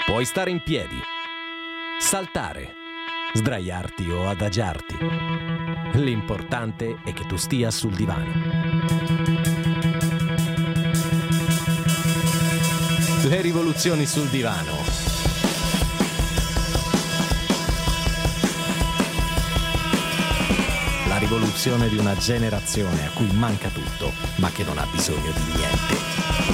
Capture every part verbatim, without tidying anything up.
Puoi stare in piedi, saltare, sdraiarti o adagiarti. L'importante è che tu stia sul divano. Le rivoluzioni sul divano. La rivoluzione di una generazione a cui manca tutto, ma che non ha bisogno di niente.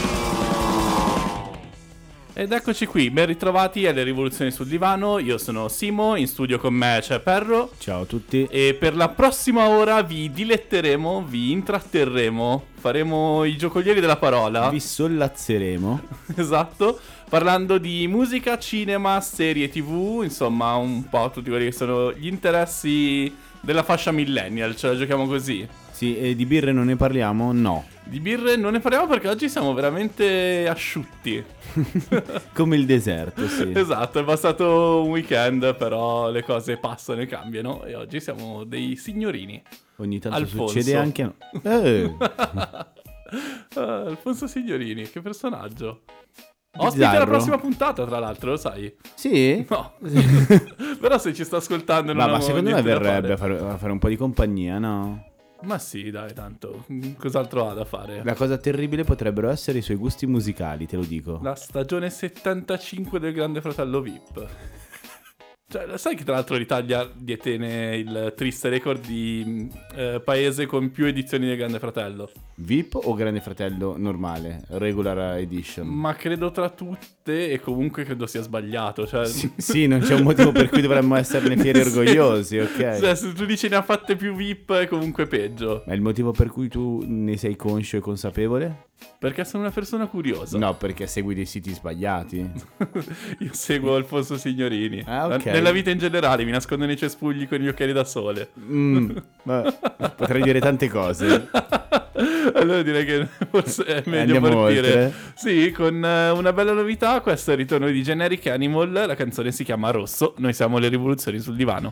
Ed eccoci qui, ben ritrovati alle rivoluzioni sul divano. Io sono Simo, in studio con me c'è Perro. Ciao a tutti. E per la prossima ora vi diletteremo, vi intratterremo, faremo i giocolieri della parola. Vi sollazzeremo. Esatto, parlando di musica, cinema, serie tv, insomma un po' tutti quelli che sono gli interessi della fascia millennial, ce la giochiamo così. Sì, e di birre non ne parliamo? No. Di birre non ne parliamo perché oggi siamo veramente asciutti. Come il deserto, sì. Esatto, è passato un weekend, però le cose passano e cambiano e oggi siamo dei signorini. Ogni tanto Alfonso. succede anche a no. Eh. ah, Alfonso Signorini, che personaggio. Ospite Bizzarro. la prossima puntata, tra l'altro, lo sai? Sì? No. Però se ci sta ascoltando non Ma, ma avevo secondo me niente da verrebbe a fare. fare, a fare un po' di compagnia, no? Ma sì, dai, tanto. Cos'altro ha da fare? La cosa terribile potrebbero essere i suoi gusti musicali, te lo dico. La stagione settantacinque del Grande Fratello V I P. Cioè, sai che tra l'altro l'Italia detiene il triste record di eh, paese con più edizioni del Grande Fratello? V I P o Grande Fratello normale? Regular edition? Ma credo tra tutte e comunque credo sia sbagliato. Cioè... Sì, sì, non c'è un motivo per cui dovremmo esserne fieri e orgogliosi, ok? Cioè, se tu dici ne ha fatte più V I P è comunque peggio. Ma è il motivo per cui tu ne sei conscio e consapevole? Perché sono una persona curiosa. No, perché segui dei siti sbagliati. Io seguo Alfonso Signorini. Ah, ok. Nella vita in generale mi nascondo nei cespugli con gli occhiali da sole. Mm, ma potrei dire tante cose. Allora direi che forse è meglio Andiamo partire oltre. Sì, con eh, una bella novità. Questo è il ritorno di Generic Animal. La canzone si chiama Rosso. Noi siamo le rivoluzioni sul divano.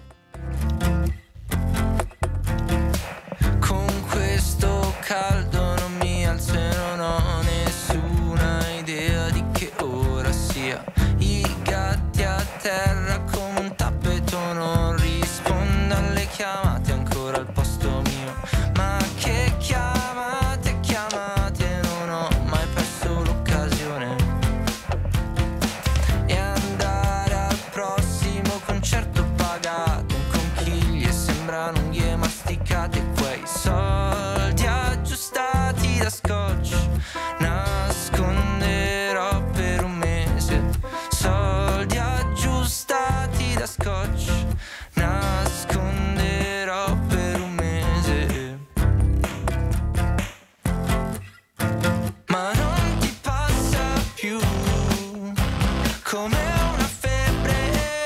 Con questo caldo non mi alzo e non ho nessuna idea di che ora sia. I gatti a terra come un tappeto non rispondo alle chiamate ancora al posto mio. Ma che chiamate, chiamate, non ho mai perso l'occasione. E andare al prossimo concerto pagato in conchiglie sembrano unghie masticate. Quei soldi aggiustati da scotch nasconderò per un mese. Soldi aggiustati da scotch nasconderò per un mese. Ma non ti passa più come una febbre.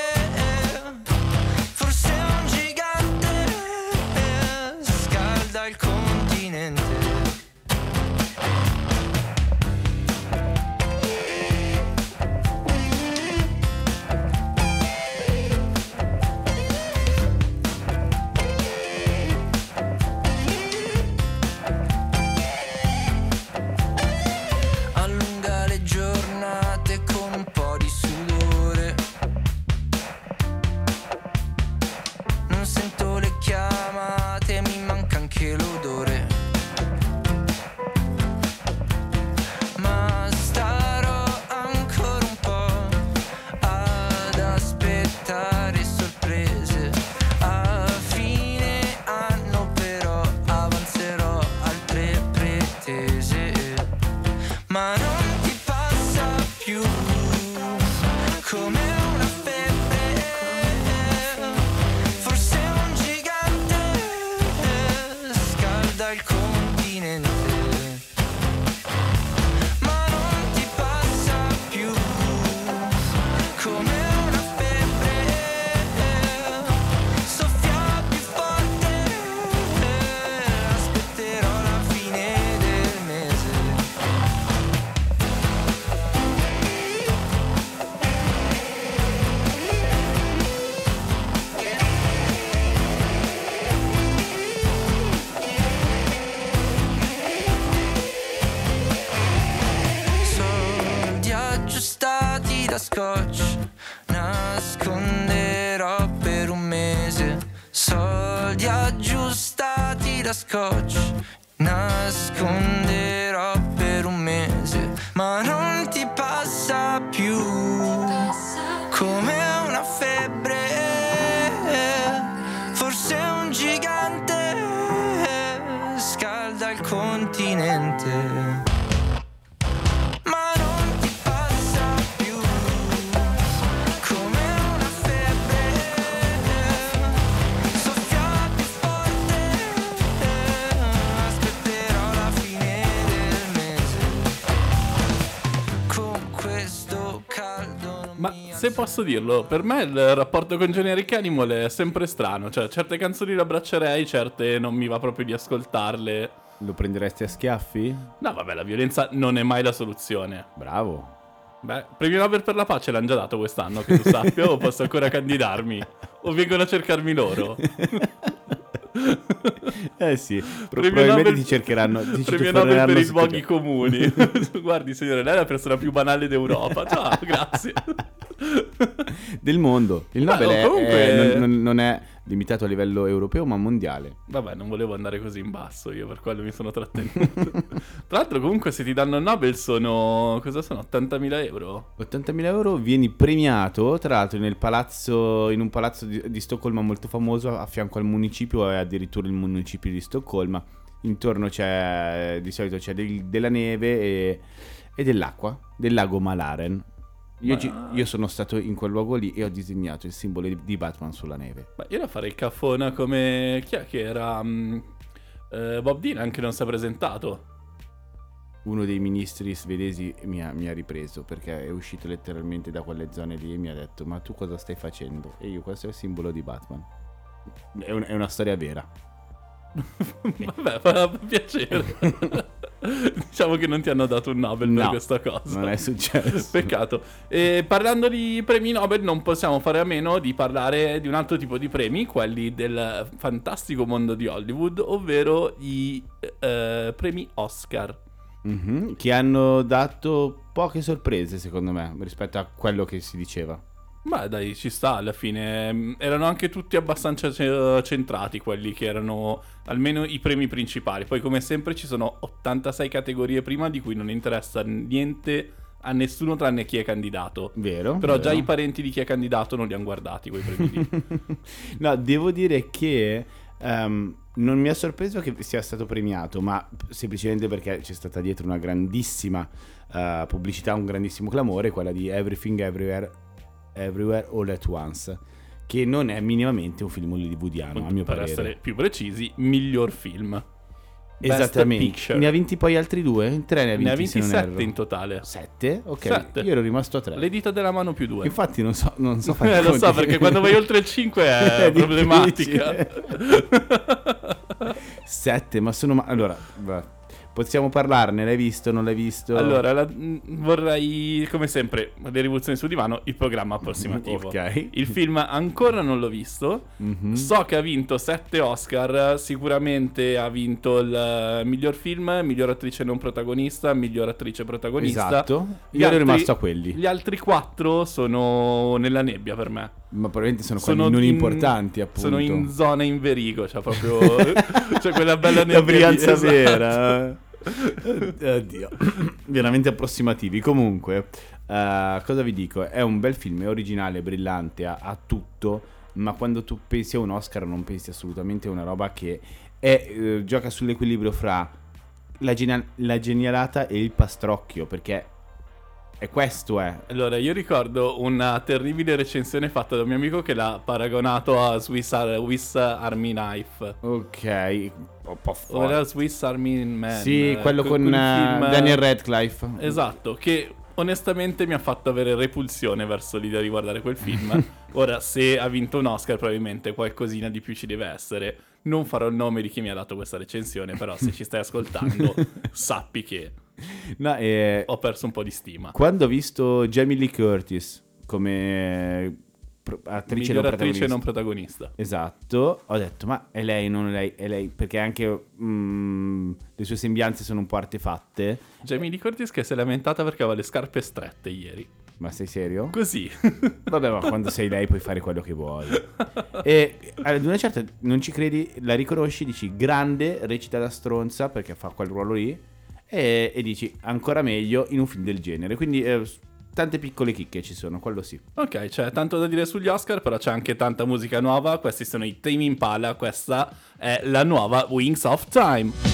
Forse un gigante scalda il continente. Allunga le giornate con un po' di sudore. Non sento le chiamate, mi manca anche l'odore. Ma starò ancora un po' ad aspettare sorprese. A fine anno però avanzerò altre pretese. Ma non ti passa più come una febbre. Forse un gigante scalda il continente. Ma non ti passa più come una febbre. Soffia più forte, aspetterò la fine del mese. da scotch. Nasconderò per un mese soldi aggiustati da scotch. Nasconderò per un mese, ma non ti passa più come una febbre. Forse un gigante scalda il continente. Ma se posso dirlo, per me il rapporto con Generic Animal è sempre strano. Cioè, certe canzoni le abbraccerei, certe non mi va proprio di ascoltarle. Lo prenderesti a schiaffi? No, vabbè, la violenza non è mai la soluzione. Bravo. Beh, premio Nobel per la pace l'hanno già dato quest'anno, che tu sappia, o posso ancora candidarmi? O vengono a cercarmi loro? Eh sì, pro- Premio probabilmente Nobel- ti cercheranno. Ti Premio forneranno Nobel per i su- luoghi comuni. Guardi, signore, lei è la persona più banale d'Europa. Ciao, grazie. Del mondo. Il Beh, Nobel no, è- comunque- è- non, non- non è limitato a livello europeo, ma mondiale. Vabbè, non volevo andare così in basso io, per quello mi sono trattenuto. Tra l'altro, comunque, se ti danno il Nobel sono... cosa sono? ottantamila euro? ottantamila euro, vieni premiato, tra l'altro nel palazzo, in un palazzo di, di Stoccolma molto famoso, a fianco al municipio, è addirittura il municipio di Stoccolma. Intorno c'è, di solito c'è del- della neve e, e dell'acqua, del lago Malaren. Io, Ma- gi- io sono stato in quel luogo lì e ho disegnato il simbolo di, di Batman sulla neve. Ma io la farei caffona come... chi è che era? mm, eh, Bob Dylan, che non si è presentato. Uno dei ministri svedesi mi ha, mi ha ripreso perché è uscito letteralmente da quelle zone lì e mi ha detto: ma tu cosa stai facendo? E io: questo è il simbolo di Batman. È, un- è una storia vera. Vabbè, fa piacere. Diciamo che non ti hanno dato un Nobel per No, questa cosa. non è successo. Peccato. E parlando di premi Nobel, non possiamo fare a meno di parlare di un altro tipo di premi, quelli del fantastico mondo di Hollywood, ovvero i eh, premi Oscar. Mhm, che hanno dato poche sorprese secondo me rispetto a quello che si diceva. Ma dai, ci sta alla fine. Mm, Erano anche tutti abbastanza ce- centrati quelli che erano almeno i premi principali. Poi, come sempre, ci sono ottantasei categorie prima di cui non interessa niente a nessuno tranne chi è candidato. Vero? Però vero. già i parenti di chi è candidato non li hanno guardati quei premi lì. No, devo dire che ehm, non mi ha sorpreso che sia stato premiato, ma semplicemente perché c'è stata dietro una grandissima eh, pubblicità, un grandissimo clamore, quella di Everything Everywhere Everywhere All at Once, che non è minimamente un film hollywoodiano, a mio Per parere. essere più precisi, miglior film. Best Esattamente. Picture. Ne ha vinti poi altri due? Tre ne ha vinti, Ne ha vinti se non sette erro. in totale. Sette? Ok, Sette. io ero rimasto a tre. Le dita della mano più due. Infatti non so, non so fare Eh, i lo so, conti. perché quando vai oltre il cinque è, È problematica. Sette, ma sono... Ma... Allora, va. Possiamo parlarne? L'hai visto? Non l'hai visto? Allora, la- mh, vorrei, come sempre, le rivoluzioni sul divano, il programma approssimativo. Ok. Il film ancora non l'ho visto. Mhm. So che ha vinto sette Oscar. Sicuramente ha vinto il eh, miglior film, miglior attrice non protagonista, miglior attrice protagonista. Esatto. Gli Io ero altri- rimasto a quelli. Gli altri quattro sono nella nebbia per me. Ma probabilmente sono, Sono quelli non in- importanti, appunto. Sono in zona in verigo, cioè proprio cioè quella bella nebbia La lì, Brianza esatto. vera. Oddio. Veramente approssimativi. Comunque, eh, cosa vi dico? È un bel film, è originale, brillante, ha, ha tutto. Ma quando tu pensi a un Oscar non pensi assolutamente a una roba che è, eh, gioca sull'equilibrio fra la, genia- la genialata e il pastrocchio. Perché è questo è. Allora, io ricordo una terribile recensione fatta da un mio amico che l'ha paragonato a Swiss, Ar- Swiss Army Knife. Ok, un po' O forte. era Swiss Army Man. Sì, eh, quello que- con quel eh, film- Daniel Radcliffe. Esatto, che onestamente mi ha fatto avere repulsione verso l'idea di guardare quel film. Ora, se ha vinto un Oscar, probabilmente qualcosina di più ci deve essere. Non farò il nome di chi mi ha dato questa recensione, però se ci stai ascoltando, sappi che No, eh, ho perso un po' di stima. quando ho visto Jamie Lee Curtis come pro- attrice non Miglior attrice protagonista, non protagonista. esatto, ho detto ma è lei, non è lei, è lei, perché anche mm, le sue sembianze sono un po' artefatte. Jamie Lee Curtis che si è lamentata perché aveva le scarpe strette ieri. Ma sei serio? Così. Vabbè, ma quando sei lei puoi fare quello che vuoi. E ad una certa non ci credi, la riconosci, dici grande, recita da stronza perché fa quel ruolo lì, e, e dici ancora meglio in un film del genere. Quindi eh, tante piccole chicche ci sono, quello sì. Ok, c'è tanto da dire sugli Oscar, però c'è anche tanta musica nuova. Questi sono i Tame Impala, questa è la nuova Wings of Time.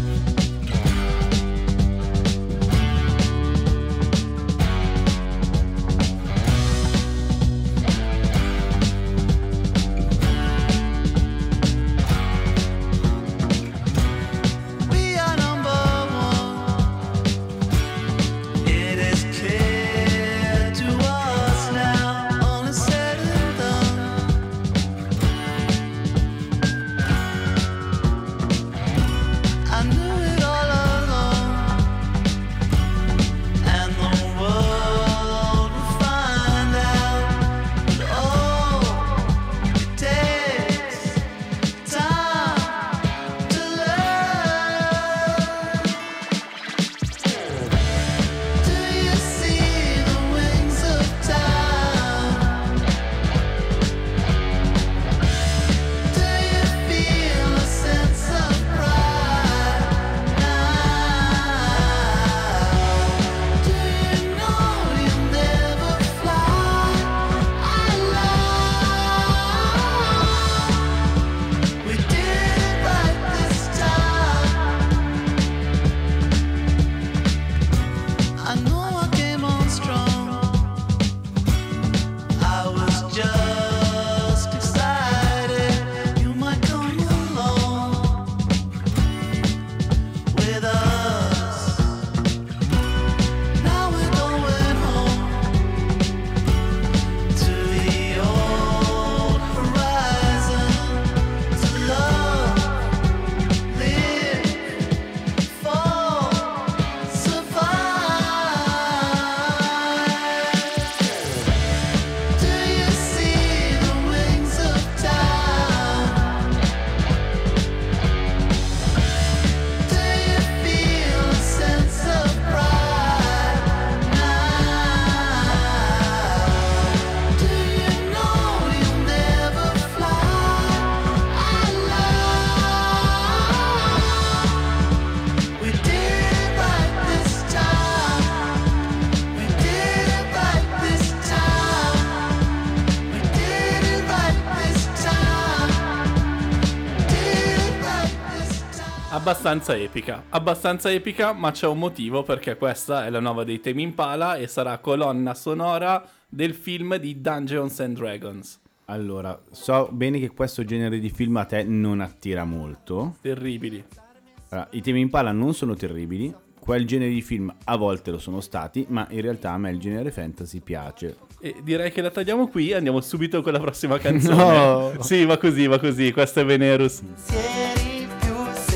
Abbastanza epica, abbastanza epica, ma c'è un motivo, perché questa è la nuova dei Tame Impala e sarà colonna sonora del film di Dungeons and Dragons. Allora, so bene che questo genere di film a te non attira molto. Terribili. Allora, i Tame Impala non sono terribili, quel genere di film a volte lo sono stati, ma in realtà a me il genere fantasy piace. E direi che la tagliamo qui e andiamo subito con la prossima canzone. No! Sì, va così, va così, questo è Venerus. Pensieri più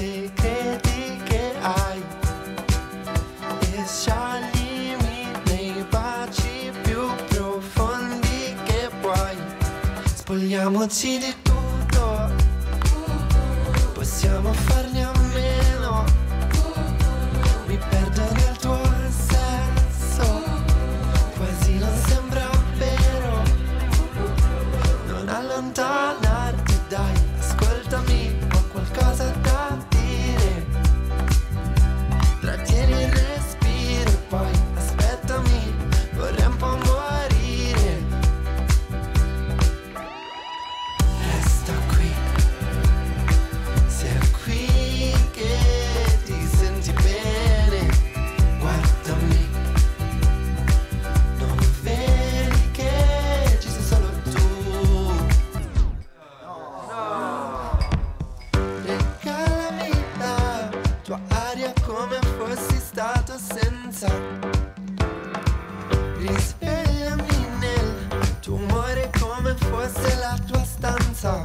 segreti che hai e scioglimi nei baci più profondi che puoi. Spogliamoci di tutto, possiamo farne a meno. Mi perdo nel tuo senso, quasi non sembra vero. Non allontanarti, dai, ascoltami, ho qualcosa da dire. Trattieni il respiro e poi aspettami, vorrei un po' morire. Resta qui, se è qui che ti senti bene. Guardami, non vedi che ci sei solo tu. Regalami la tua aria come fossi stato senza. Risvegliami nel tuo umore come fosse la tua stanza.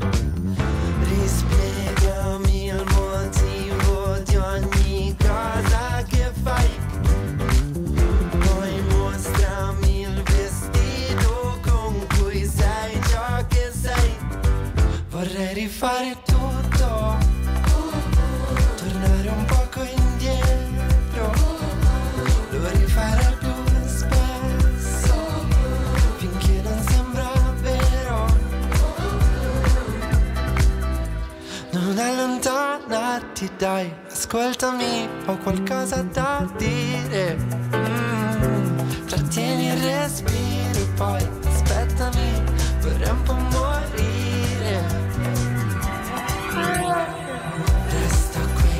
Rispiegami il motivo di ogni cosa che fai. Poi mostrami il vestito con cui sei ciò che sei. Vorrei rifare tutto, tornare un poco indietro. Lo rifarei più spesso. vai, ascoltami, ho qualcosa da dire. Mm, trattieni il respiro, poi aspettami, vorrei un po' morire. Resta qui,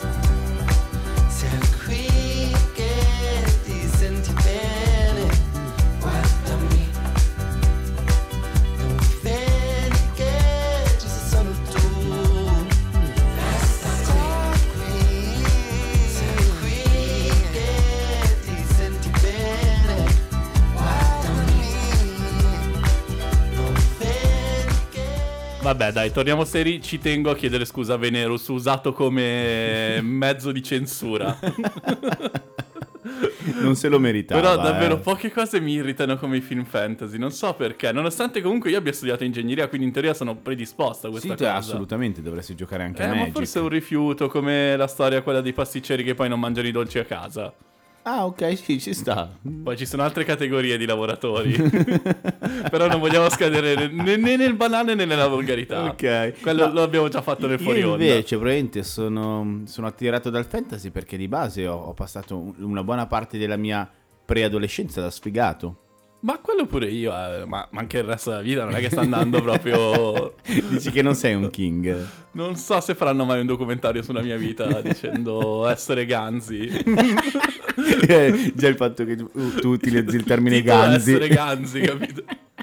sei qui che ti senti bene. Guardami, non vedi che ci sei solo tu. Resta qui, sei qui che ti senti bene. Guardami, non vedi che... Vabbè dai, torniamo seri, ci tengo a chiedere scusa a Venerus, usato come mezzo di censura. Non se lo meritava. Però davvero eh. poche cose mi irritano come i film fantasy, non so perché, nonostante comunque io abbia studiato ingegneria, quindi in teoria sono predisposto a questa Sì, tu cosa. assolutamente dovresti giocare anche Eh, a ma Magic. forse è un rifiuto, come la storia quella dei pasticceri che poi non mangiano i dolci a casa. Ah, ok, sì, ci sta. Poi ci sono altre categorie di lavoratori. Però non vogliamo scadere né, né nel banale né nella volgarità. Ok. Quello No, lo abbiamo già fatto nel fuori Io onda. invece probabilmente sono, sono attirato dal fantasy perché di base ho, ho passato un- una buona parte della mia preadolescenza da sfigato. Ma quello pure io, eh, ma, ma anche il resto della vita non è che sta andando proprio... Dici che non sei un king. Non so se faranno mai un documentario sulla mia vita dicendo essere Ganzi. Eh, Già il fatto che tu, tu utilizzi il termine Titolo Ganzi. essere Ganzi, capito?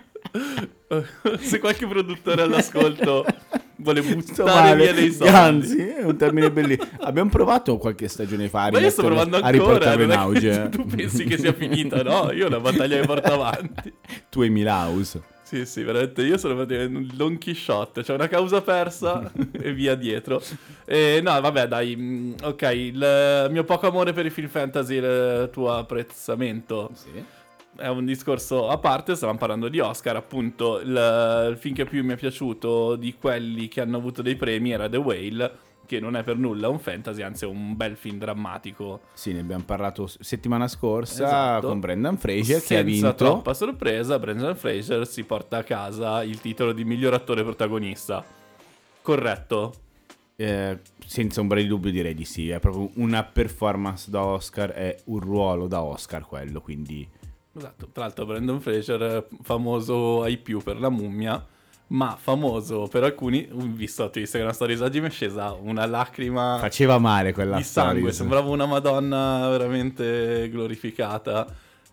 Se qualche produttore all'ascolto vuole Sto buttare male. via dei soldi. Ganzi è un termine bellissimo. Abbiamo provato qualche stagione fa a Ma io sto rimetterlo- provando a ancora, riportarlo in non è che auge. tu pensi che sia finita, no? Io ho una battaglia che porto avanti. Tu e Milhouse. Sì, sì, veramente, io sono praticamente un Don Quixote, c'è una causa persa e via dietro. E, no, vabbè, dai, mm, ok, il mio poco amore per i film fantasy, il tuo apprezzamento Sì. è un discorso a parte, stavamo parlando di Oscar, appunto, il, il film che più mi è piaciuto di quelli che hanno avuto dei premi era The Whale, che non è per nulla un fantasy, anzi è un bel film drammatico. Sì, ne abbiamo parlato s- settimana scorsa Esatto. con Brendan Fraser che Senza ha vinto. troppa sorpresa, Brendan Fraser si porta a casa il titolo di miglior attore protagonista. Corretto? Eh, senza ombra di dubbio direi di sì. È proprio una performance da Oscar, è un ruolo da Oscar quello, quindi... Esatto, tra l'altro Brendan Fraser famoso ai più per La Mummia, ma famoso per alcuni, visto su Instagram Stories oggi mi è scesa una lacrima Faceva male quella di sangue, stories. sembrava una Madonna veramente glorificata.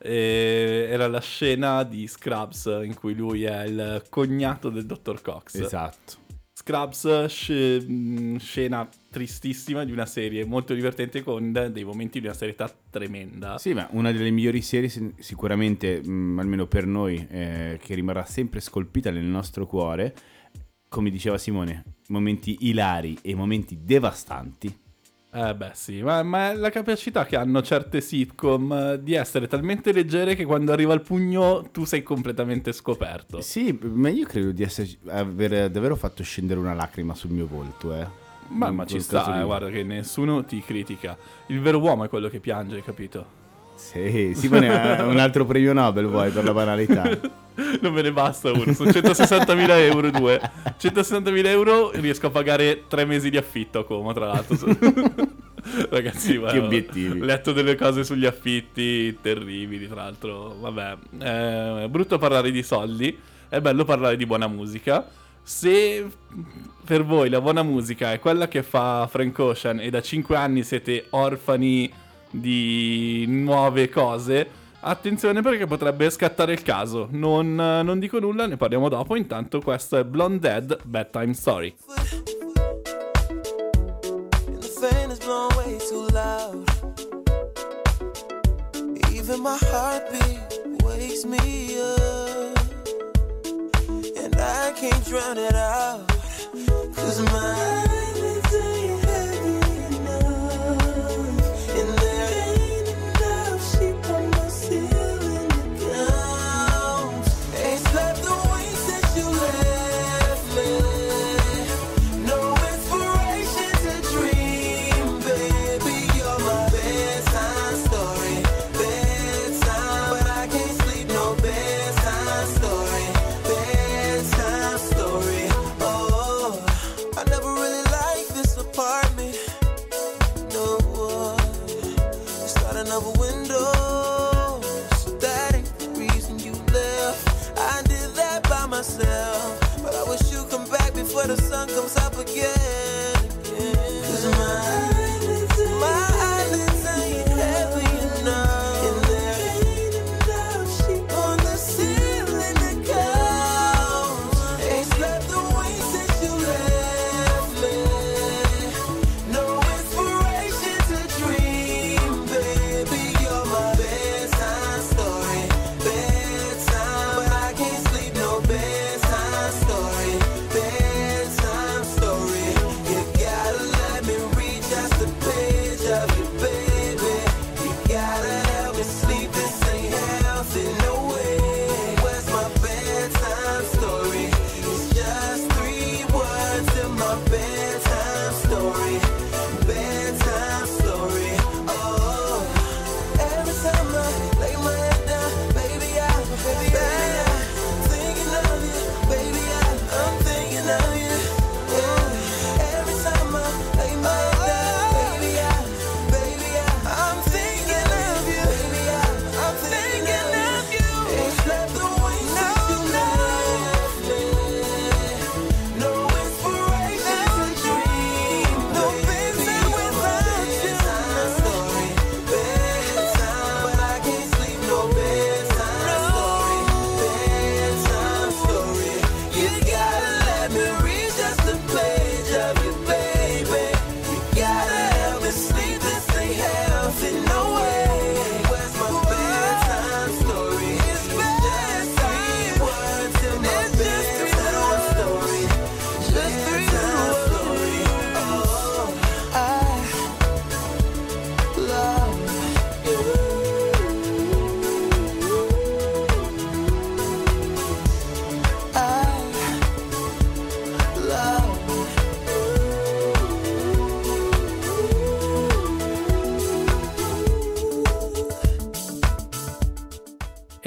E era la scena di Scrubs in cui lui è il cognato del dottor Cox. Esatto. Scrubs, sc- mh, scena tristissima di una serie molto divertente con dei momenti di una serietà tremenda. Sì, ma una delle migliori serie sin- sicuramente, mh, almeno per noi, eh, che rimarrà sempre scolpita nel nostro cuore. Come diceva Simone, momenti ilari e momenti devastanti. Eh beh sì, ma, ma è la capacità che hanno certe sitcom eh, di essere talmente leggere che quando arriva il pugno tu sei completamente scoperto. Sì, ma io credo di esserci, aver davvero fatto scendere una lacrima sul mio volto, eh. Ma, In ma ci quel sta, caso eh, lì. guarda che nessuno ti critica. Il vero uomo è quello che piange, hai capito? Sì, Simone ha un altro premio Nobel vuoi per la banalità. Non me ne basta uno, sono centosessantamila euro due. centosessantamila euro riesco a pagare tre mesi di affitto a Como, tra l'altro. Ragazzi, Che obiettivi. ho letto delle cose sugli affitti terribili, tra l'altro. Vabbè, è brutto parlare di soldi, è bello parlare di buona musica. Se per voi la buona musica è quella che fa Frank Ocean e da cinque anni siete orfani di nuove cose, attenzione perché potrebbe scattare il caso. Non, non dico nulla, ne parliamo dopo. Intanto questo è Blonde Dead, Bedtime Story. And the fan is blown way too loud. Even my heartbeat wakes me up, and I can't drown it out, 'cause my eyelids ain't heavy enough, and there ain't enough sheep on my ceiling to count. Ain't slept the way since you left me. No inspiration to dream, baby. You're my bedtime story, bedtime, but I can't sleep. No bedtime story, bedtime story. Oh, I never really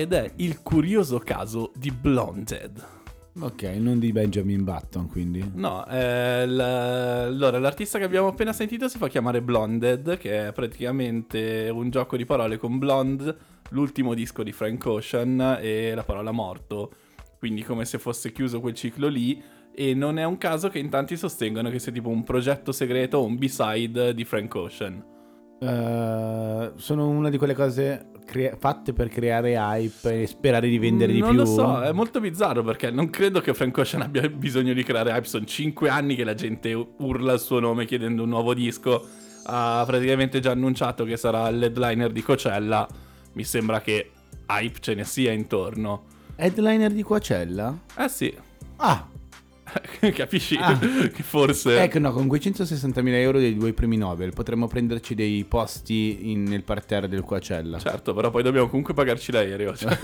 ed è il curioso caso di Blonded. Ok, non di Benjamin Button, quindi. No, eh, l- allora l'artista che abbiamo appena sentito si fa chiamare Blonded, che è praticamente un gioco di parole con Blonde, l'ultimo disco di Frank Ocean, e la parola morto, quindi come se fosse chiuso quel ciclo lì. E non è un caso che in tanti sostengono che sia tipo un progetto segreto o un B-side di Frank Ocean. Uh, sono una di quelle cose crea- fatte per creare hype e sperare di vendere di non più. Non lo so, è molto bizzarro perché non credo che Frank Ocean abbia bisogno di creare hype. Sono cinque anni che la gente urla il suo nome chiedendo un nuovo disco. Ha praticamente già annunciato che sarà l'headliner di Coachella. Mi sembra che hype ce ne sia intorno. Headliner di Coachella? Eh sì. Ah, capisci? Ah. Che forse... ecco, no, con quei centosessantamila euro dei due premi Nobel potremmo prenderci dei posti in- nel parterre del Coachella. Certo, però poi dobbiamo comunque pagarci l'aereo. Cioè.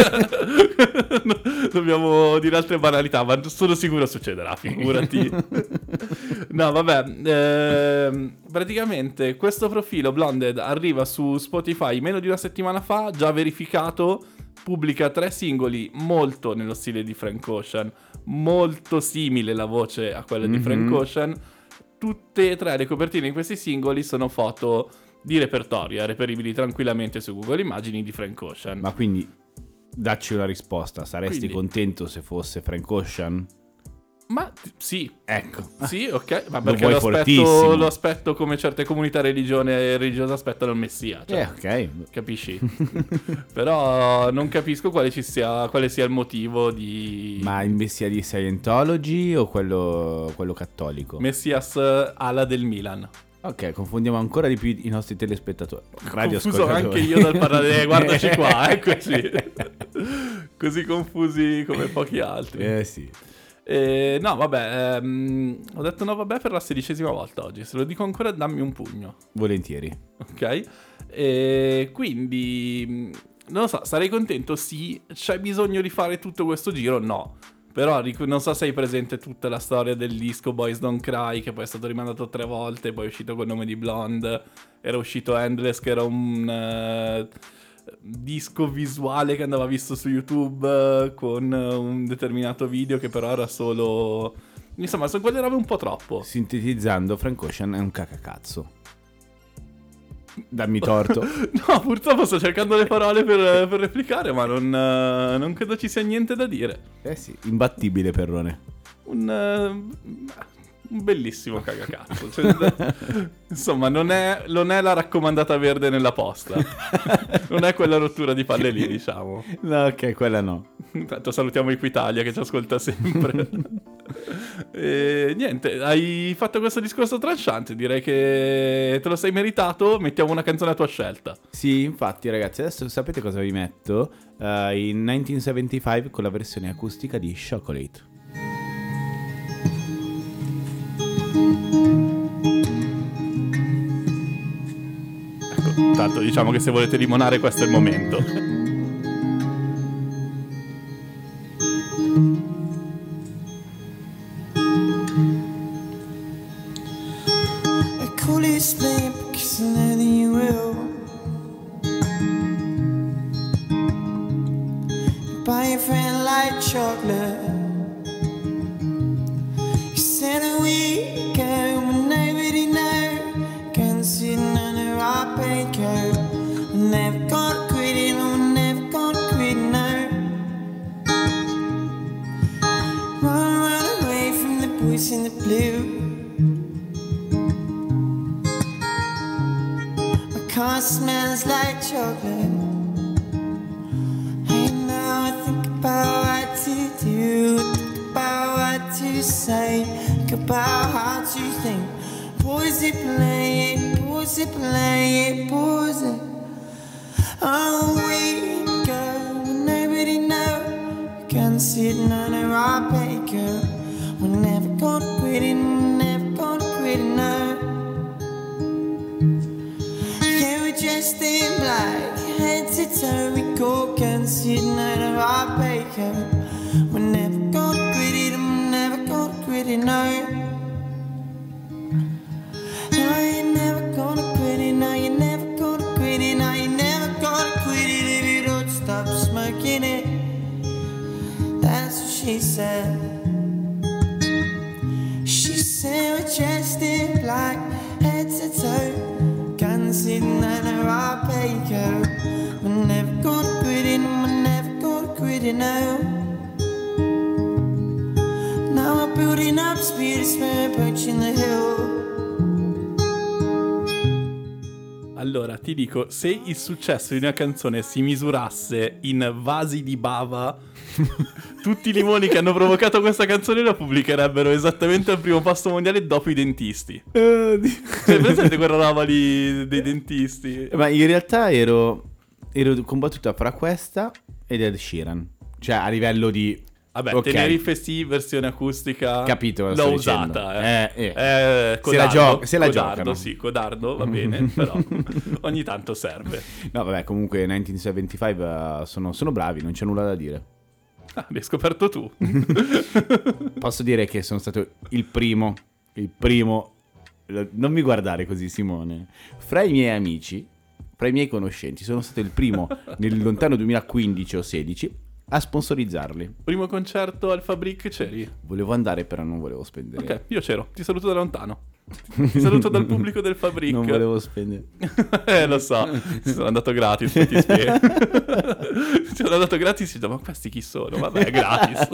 Dobbiamo dire altre banalità, ma sono sicuro succederà, figurati. No, vabbè. ehm, praticamente questo profilo Blonded arriva su Spotify meno di una settimana fa, già verificato. Pubblica tre singoli molto nello stile di Frank Ocean, molto simile la voce a quella di Frank Ocean. Tutte e tre le copertine di questi singoli sono foto di repertorio, reperibili tranquillamente su Google Immagini di Frank Ocean. Ma quindi, dacci una risposta, saresti Quindi- contento se fosse Frank Ocean? Ma t- sì, Ecco. sì, ok, ma Lo perché vuoi lo aspetto, fortissimo. lo aspetto come certe comunità religione, religiose aspettano il Messia, cioè, Eh, ok. capisci? Però non capisco quale ci sia, quale sia il motivo di Ma il messia di Scientology o quello, quello cattolico? Messias ala del Milan. Ok, confondiamo ancora di più i nostri telespettatori. Confuso anche io dal parlare, guardaci qua, eh, così. Così confusi come pochi altri. Eh sì. Eh, no, vabbè, ehm, ho detto no, vabbè, per la sedicesima volta oggi. Se lo dico ancora, dammi un pugno. Volentieri. Ok? E quindi, mh, non lo so, sarei contento? Sì. C'è bisogno di fare tutto questo giro? No. Però ric- non so se hai presente tutta la storia del disco Boys Don't Cry, che poi è stato rimandato tre volte, poi è uscito col nome di Blonde, era uscito Endless, che era un eh, disco visuale che andava visto su YouTube eh, con eh, un determinato video che però era solo... Insomma, sono quelle robe un po' troppo. Sintetizzando, Frank Ocean è un cacacazzo. Dammi torto. No, purtroppo sto cercando le parole per, per replicare, ma non, eh, non credo ci sia niente da dire. Eh sì, imbattibile Perrone. Un, eh, un bellissimo cagacazzo. Cioè, insomma, non è, non è la raccomandata verde nella posta. Non è quella rottura di palle lì, diciamo. No, ok, quella no. Intanto salutiamo Equitalia che ci ascolta sempre. E niente, hai fatto questo discorso tranciante. Direi che te lo sei meritato. Mettiamo una canzone a tua scelta. Sì, infatti ragazzi, adesso sapete cosa vi metto? Uh, in millenovecentosettantacinque con la versione acustica di Chocolate. Ecco, tanto diciamo che se volete limonare questo è il momento. I call it sleep because I know that you will. Buy your friend like chocolate. You said a week ago, but nobody know. Can't see none of our paid coat. We're never gonna quit it, no, we're never gonna quit, no. Run, run away from the boys in the blue. Car smells like chocolate. And now I think about what to do, think about what to say, think about how to think. Pause it, play it, pause it, play it, pause it. Oh, we go, nobody know. Can't see it, none of our pay, girl. We're never gonna quit it, never gonna quit it, no. Dressed in black, head to toe, we go, can't see it, none of our bacon. We're never gonna quit it, I'm never gonna quit it, no. No, you're never gonna quit it, no, you're never gonna quit it, no, you're never gonna quit it if you don't stop smoking. That's what she said. She said we're dressed in black, head to toe, guns sitting under our coat. We're never gonna quit it, we're never gonna quit it now. Now we're building up spirits, we're approaching the hill. Allora, ti dico, se il successo di una canzone si misurasse in vasi di bava, tutti i limoni che hanno provocato questa canzone la pubblicherebbero esattamente al primo posto mondiale dopo i dentisti. Uh, di... Cioè, presente quella roba lì dei dentisti? Ma in realtà ero, ero combattuta fra questa ed Ed Sheeran. Cioè, a livello di... Vabbè, okay. Tenerife sì, versione acustica. Capito, l'ho usata. Eh. Eh, eh. Eh, se la, gio- se la codardo, giocano. sì, codardo, va bene, però ogni tanto serve. No, vabbè, comunque millenovecentosettantacinque uh, sono, sono bravi, non c'è nulla da dire. Ah, l'hai scoperto tu. Posso dire che sono stato il primo, il primo, non mi guardare così Simone, fra i miei amici, fra i miei conoscenti, sono stato il primo nel lontano duemilaquindici o sedici a sponsorizzarli. Primo concerto al Fabric c'eri? Volevo andare, però non volevo spendere. Ok, io c'ero, ti saluto da lontano. Ti saluto dal pubblico del Fabric. Non volevo spendere. Eh, lo so, sono andato gratis, poi ti spiego. Sono andato gratis e dico, ma questi chi sono? Vabbè, è gratis.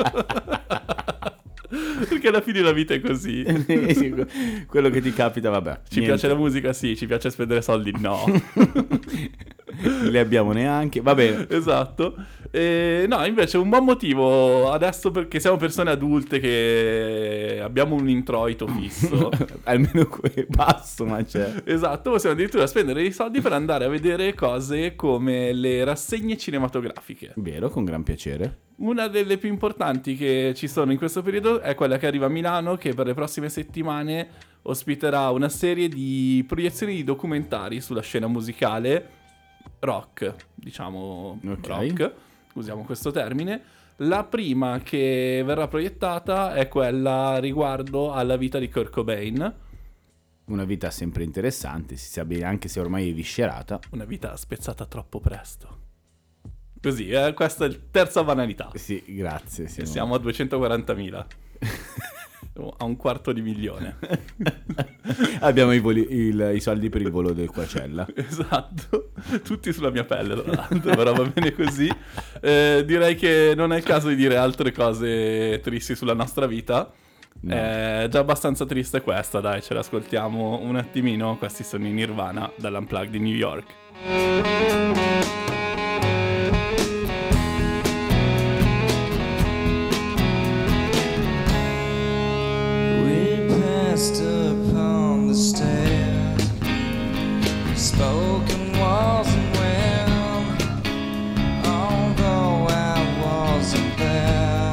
Perché alla fine la vita è così. Quello che ti capita, vabbè. Ci niente. piace la musica, sì, ci piace spendere soldi, no. Le abbiamo neanche, va bene. Esatto. E, no, invece un buon motivo adesso, perché siamo persone adulte che abbiamo un introito fisso. Almeno que- basso, ma c'è. Esatto, possiamo addirittura spendere i soldi per andare a vedere cose come le rassegne cinematografiche. Vero, con gran piacere. Una delle più importanti che ci sono in questo periodo è quella che arriva a Milano, che per le prossime settimane ospiterà una serie di proiezioni di documentari sulla scena musicale rock, diciamo Okay. rock, usiamo questo termine. La prima che verrà proiettata è quella riguardo alla vita di Kurt Cobain. Una vita sempre interessante, si sa bene, anche se ormai è viscerata. Una vita spezzata troppo presto. Così, eh, questa è la terza banalità. Sì, grazie. E Siamo, siamo a duecentoquarantamila. A un quarto di milione. Abbiamo i, voli, il, i soldi per il volo del Coachella. Esatto, tutti sulla mia pelle, tra l'altro, però va bene così. Eh, direi che non è il caso di dire altre cose tristi sulla nostra vita. No. È già abbastanza triste questa, dai, ce l'ascoltiamo un attimino. Questi sono i Nirvana dall'Unplugged di New York. Upon the stairs, spoken wasn't when, although I wasn't there,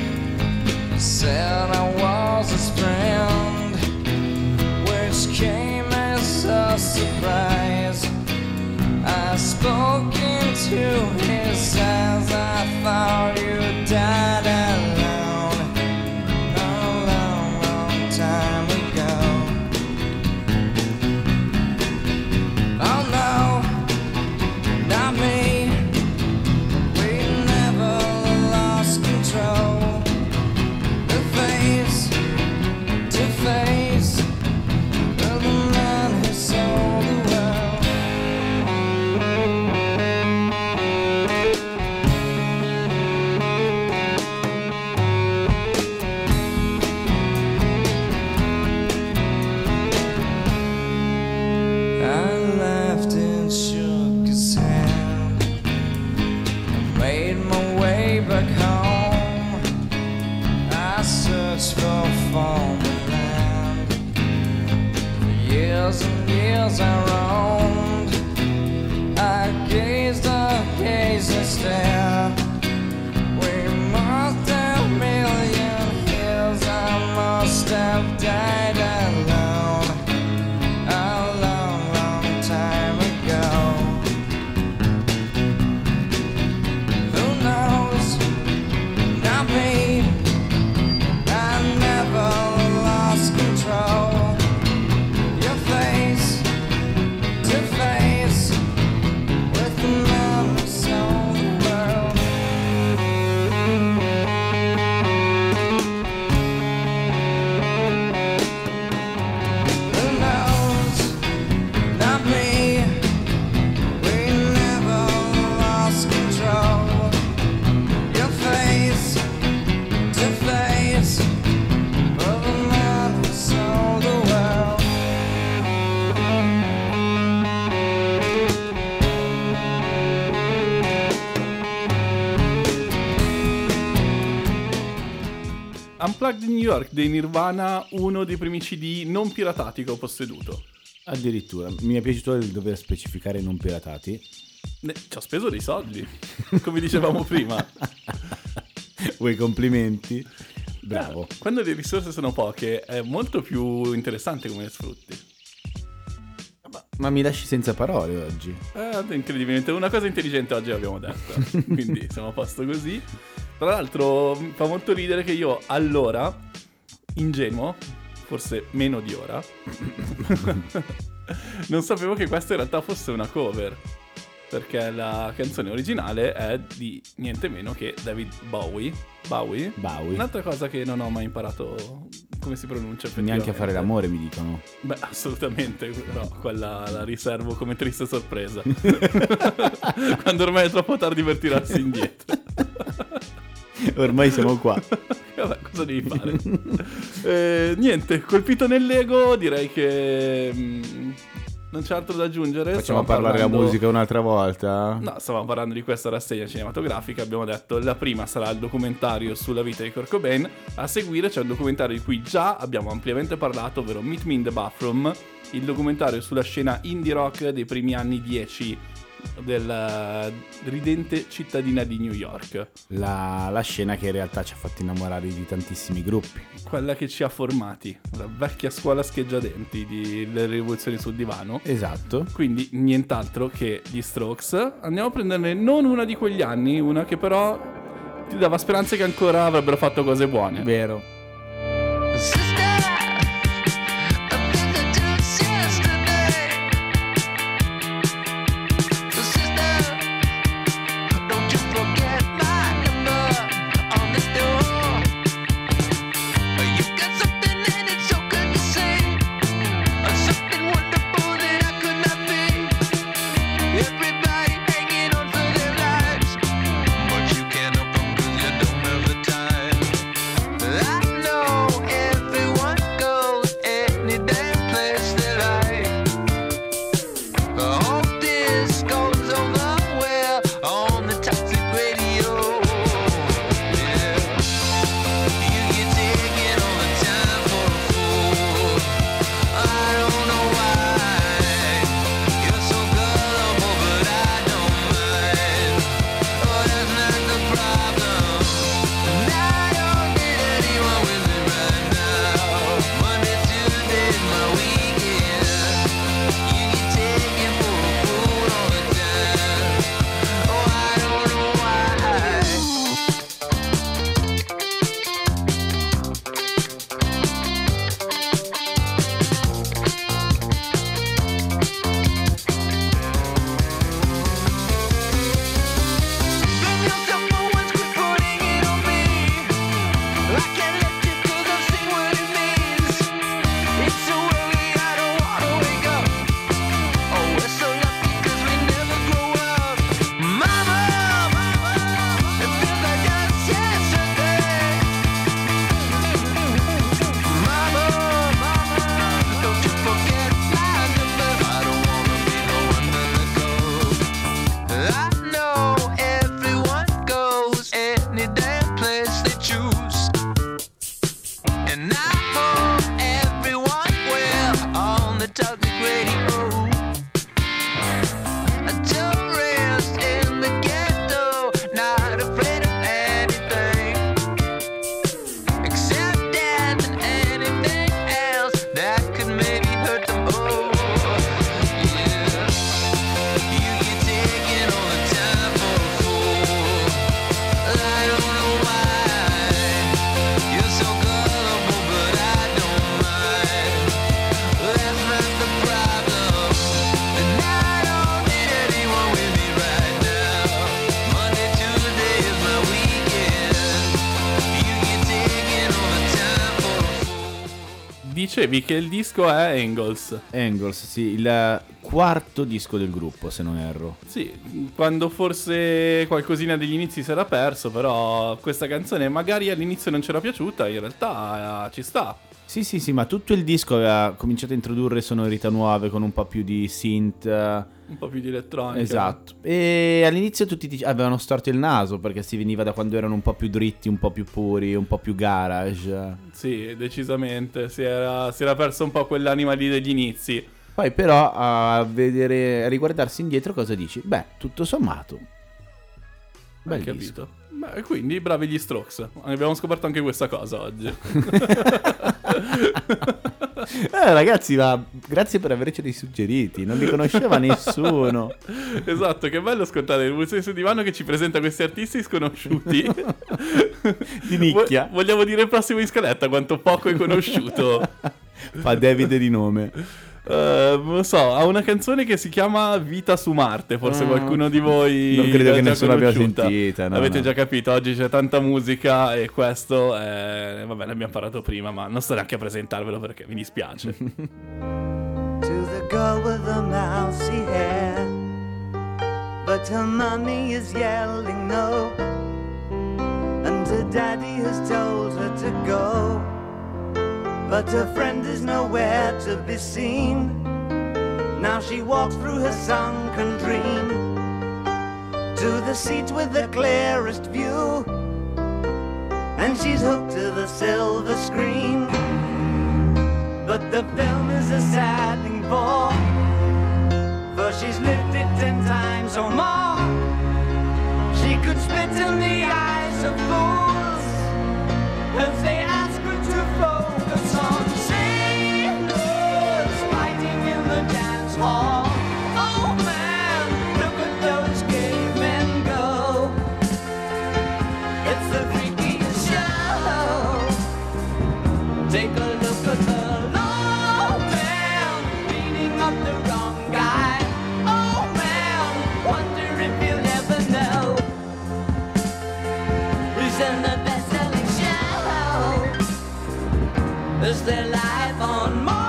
said I was his friend, which came as a surprise. I spoke into his eyes, I thought you died alone, a long, long time ago. Oh no, not me. We never lost control. The face to face of the man who sold the world. I laughed and shook his hand. I made my way back home. I searched for foreign land. For years and years I roamed. I gazed, I gazed and stared. We must have a million years. I must have died alone. A long, long time ago. Who knows? Not me. I never lost control. Your face to face with the man who sold the world. Unplugged in New York dei Nirvana, uno dei primi C D non piratati che ho posseduto. Addirittura, mi è piaciuto il dover specificare non piratati. Ne- ci ho speso dei soldi, come dicevamo prima. Vuoi complimenti? Bravo. Eh, quando le risorse sono poche è molto più interessante come le sfrutti. Ma mi lasci senza parole oggi. Eh, incredibilmente, una cosa intelligente oggi l'abbiamo detta, quindi siamo a posto così. Tra l'altro mi fa molto ridere che io allora, ingenuo, forse meno di ora, non sapevo che questa in realtà fosse una cover, perché la canzone originale è di niente meno che David Bowie. Bowie? Bowie. Un'altra cosa che non ho mai imparato come si pronuncia effettivamente. Neanche a fare l'amore, mi dicono. Beh, assolutamente, no, quella la riservo come triste sorpresa. Quando ormai è troppo tardi per tirarsi indietro. Ormai siamo qua. Vabbè, cosa devi fare? eh, niente, colpito nell'ego, direi che mh, non c'è altro da aggiungere. Facciamo Stavamo parlare parlando... la musica un'altra volta? No, stavamo parlando di questa rassegna cinematografica. Abbiamo detto la prima sarà il documentario sulla vita di Kurt Cobain. A seguire c'è un documentario di cui già abbiamo ampiamente parlato, ovvero Meet Me in the Bathroom, il documentario sulla scena indie rock dei primi anni dieci della ridente cittadina di New York. La, la scena che in realtà ci ha fatto innamorare di tantissimi gruppi. Quella che ci ha formati, la vecchia scuola scheggiadenti delle rivoluzioni sul divano. Esatto. Quindi nient'altro che gli Strokes. Andiamo a prenderne non una di quegli anni, una che però ti dava speranze che ancora avrebbero fatto cose buone. Vero. Dicevi che il disco è Angles. Angles, sì, il quarto disco del gruppo, se non erro. Sì, quando forse qualcosina degli inizi si era perso, però questa canzone magari all'inizio non c'era piaciuta, in realtà eh, ci sta. Sì, sì, sì, ma tutto il disco aveva cominciato a introdurre sonorità nuove con un po' più di synth. Un po' più di elettronica. Esatto. E all'inizio tutti dic- avevano storto il naso perché si veniva da quando erano un po' più dritti, un po' più puri, un po' più garage. Sì, decisamente. Si era, si era perso un po' quell'anima lì degli inizi. Poi però a vedere, a riguardarsi indietro cosa dici? Beh, tutto sommato. Bel Hai disco. capito? Beh, quindi bravi gli Strokes. Abbiamo scoperto anche questa cosa oggi. Eh, ragazzi, ma grazie per averceli suggeriti, non li conosceva nessuno. Esatto, che bello ascoltare il Museo su Divano che ci presenta questi artisti sconosciuti. Di nicchia. Vo- vogliamo dire il prossimo in scaletta quanto poco è conosciuto. Fa David di nome. Uh, non lo so, ha una canzone che si chiama Vita su Marte. Forse Mm. qualcuno di voi Non credo l'ha che già nessuno abbia conosciuta. sentita, no, Avete no. già capito, oggi c'è tanta musica e questo è... vabbè, l'abbiamo parlato prima, ma non sto neanche a presentarvelo perché mi dispiace. To the girl with the mousy hair, but her mommy is yelling no, and her daddy has told her to go, but her friend is nowhere to be seen. Now she walks through her sunken dream to the seat with the clearest view, and she's hooked to the silver screen. But the film is a sad thing for, for she's lived it ten times or more. She could spit in the eyes of fools as they ask her to focus on sailors fighting in the dance hall. Oh man, look at those cavemen go. It's the freakiest show. Take a look at the low man beating up the wrong guy. Oh man, wonder if you'll ever know who's in the best-selling show. Is their life on Mars?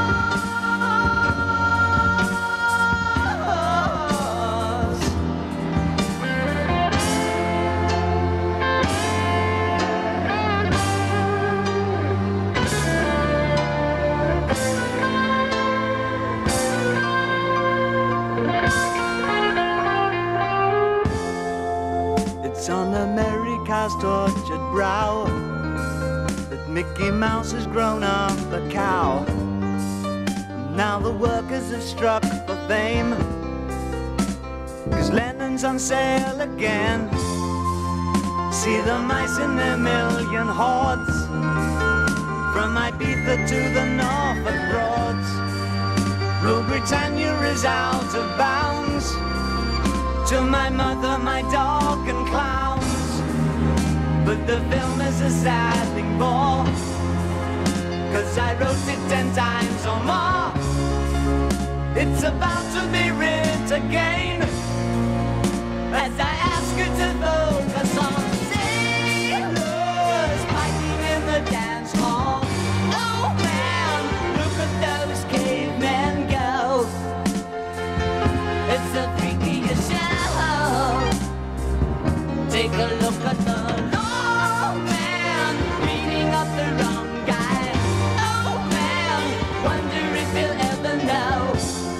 It's on America's tortured brow that Mickey Mouse has grown up a cow. Now the workers have struck for fame, 'cause Lennon's on sale again. See the mice in their million hordes, from Ibiza to the Norfolk Broads. Rule Britannia is out of bounds, to my mother, my dog and clowns. But the film is a sad thing more, 'cause I wrote it ten times or more. It's about to be writ again, as I ask you to focus on sailors fighting in the dance hall. Oh man, look at those cavemen go. It's the freakiest show. Take a look at the low man beating up the wrong guy. Oh man, wonder if you'll ever know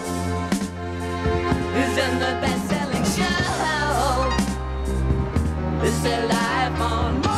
who's in the best-selling show. Is their life on Mars?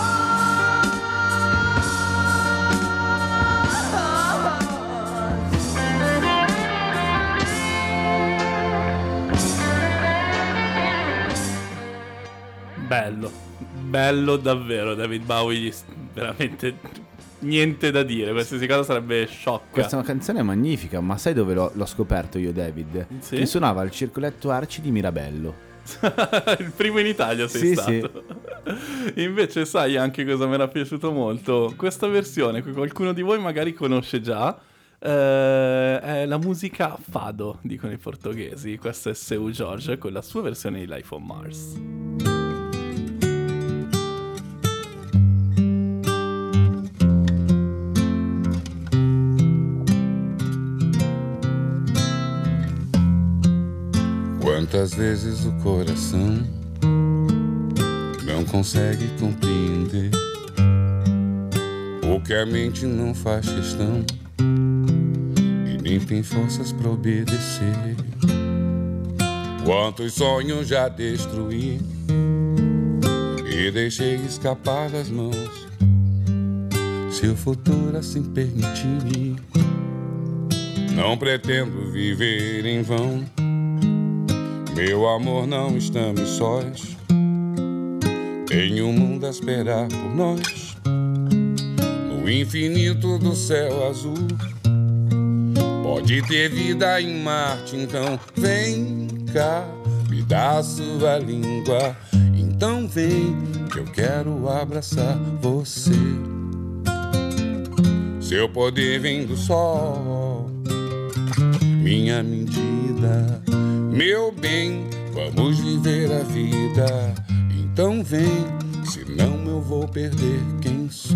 Bello, bello davvero David Bowie, veramente niente da dire, qualsiasi cosa sarebbe sciocca. Questa è una canzone magnifica, ma sai dove l'ho, l'ho scoperto io, David? Sì? Che suonava al Circoletto Arci di Mirabello. Il primo in Italia sei Sì, stato. Invece sai anche cosa mi era piaciuto molto? Questa versione che qualcuno di voi magari conosce già, eh, è la musica fado, dicono i portoghesi. Questo è Seu Jorge con la sua versione di Life on Mars. Quantas vezes o coração não consegue compreender o que a mente não faz questão e nem tem forças pra obedecer. Quantos sonhos já destruí e deixei escapar das mãos. Se o futuro assim permitir, não pretendo viver em vão. Meu amor, não estamos sós. Tem um mundo a esperar por nós. No infinito do céu azul pode ter vida em Marte. Então vem cá, me dá sua língua. Então vem, que eu quero abraçar você. Seu poder vem do sol, minha medida, meu bem, vamos viver a vida. Então vem, senão eu vou perder quem sou.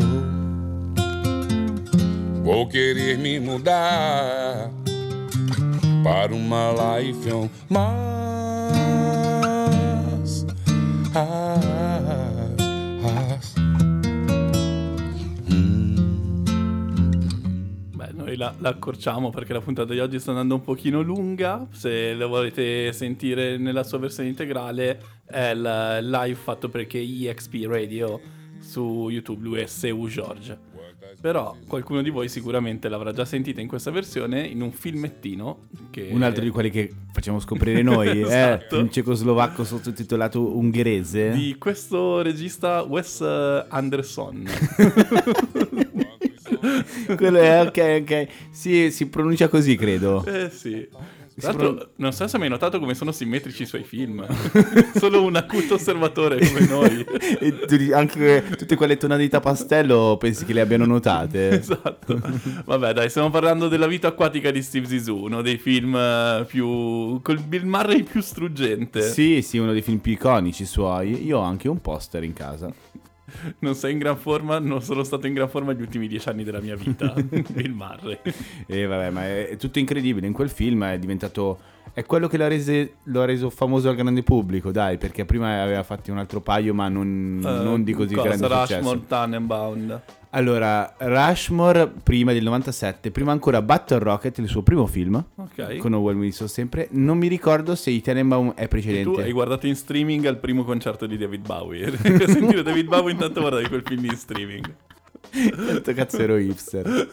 Vou querer me mudar para uma life on Mars. Ah, ah, Beh, noi la, la accorciamo perché la puntata di oggi sta andando un pochino lunga. Se la volete sentire nella sua versione integrale è il live fatto per K E X P Radio su YouTube. Lui è Seu George. Però qualcuno di voi sicuramente l'avrà già sentita in questa versione in un filmettino che... Un altro di quelli che facciamo scoprire noi, Esatto. eh, un cecoslovacco sottotitolato ungherese. Di questo regista Wes Anderson. Quello è, ok, ok. Sì, si pronuncia così, credo. Eh sì. Tra Si l'altro, pro- non so se hai mai notato come sono simmetrici i suoi film. Solo un acuto osservatore come noi. E tu di- anche tutte quelle tonalità pastello pensi che le abbiano notate? Esatto. Vabbè, dai, stiamo parlando della vita acquatica di Steve Zissou, uno dei film eh, più... col Bill Murray più struggente. Sì, sì, uno dei film più iconici suoi. Io ho anche un poster in casa. Non sei in gran forma, non sono stato in gran forma gli ultimi dieci anni della mia vita. Bill Murray. E vabbè, ma è, è tutto incredibile. In quel film è diventato... È quello che l'ha, rese, lo ha reso famoso al grande pubblico, dai, perché prima aveva fatti un altro paio, ma non, Eh, non di così cosa, grande successo. Rushmore, Tannenbaum. Allora, Rushmore prima del novantasette, prima ancora Battle Rocket, il suo primo film, Ok. con Owen Wilson sempre. Non mi ricordo se i Tenenbaum è Tu precedente. hai guardato in streaming al primo concerto di David Bowie. Per sentire David Bowie intanto guardavi quel film in streaming. Quanto cazzo ero hipster.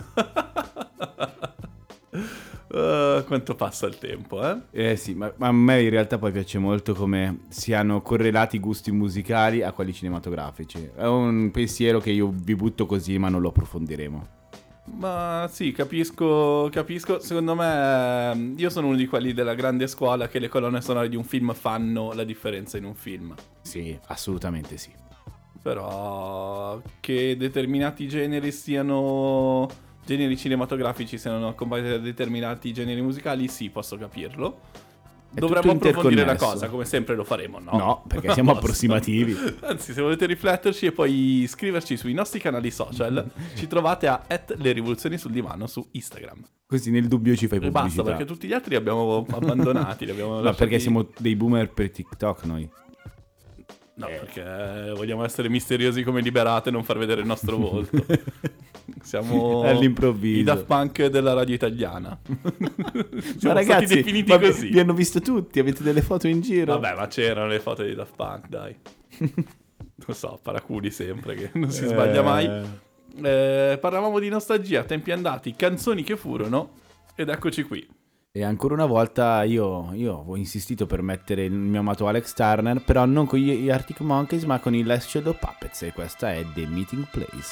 Uh, quanto passa il tempo, eh? Eh sì, ma, ma a me in realtà poi piace molto come siano correlati i gusti musicali a quelli cinematografici. È un pensiero che io vi butto così, ma non lo approfondiremo. Ma sì, capisco, capisco. Secondo me, io sono uno di quelli della grande scuola che le colonne sonore di un film fanno la differenza in un film. Sì, assolutamente sì. Però che determinati generi siano... generi cinematografici siano accompagnati da determinati generi musicali, sì, posso capirlo. È Dovremmo tutto approfondire la interconnesso. cosa, come sempre lo faremo, no? No, perché siamo Basta. approssimativi. Anzi, se volete rifletterci e poi iscriverci sui nostri canali social, ci trovate a at le rivoluzioni sul divano su Instagram. Così nel dubbio ci fai E pubblicità. basta, perché tutti gli altri li abbiamo abbandonati, li abbiamo No, lasciati- perché siamo dei boomer per TikTok noi. No, perché vogliamo essere misteriosi come Liberate e non far vedere il nostro volto. Siamo All'improvviso. i Daft Punk della radio italiana. Ma Siamo ragazzi, stati definiti ma così. vi hanno visto tutti, avete delle foto in giro. Vabbè, ma c'erano le foto di Daft Punk, dai. Non so, paraculi sempre, che non si Eh. sbaglia mai. Eh, parlavamo di nostalgia, tempi andati, canzoni che furono, ed eccoci qui. E ancora una volta io, io ho insistito per mettere il mio amato Alex Turner, però non con gli Arctic Monkeys, ma con i Last Shadow Puppets, e questa è The Meeting Place.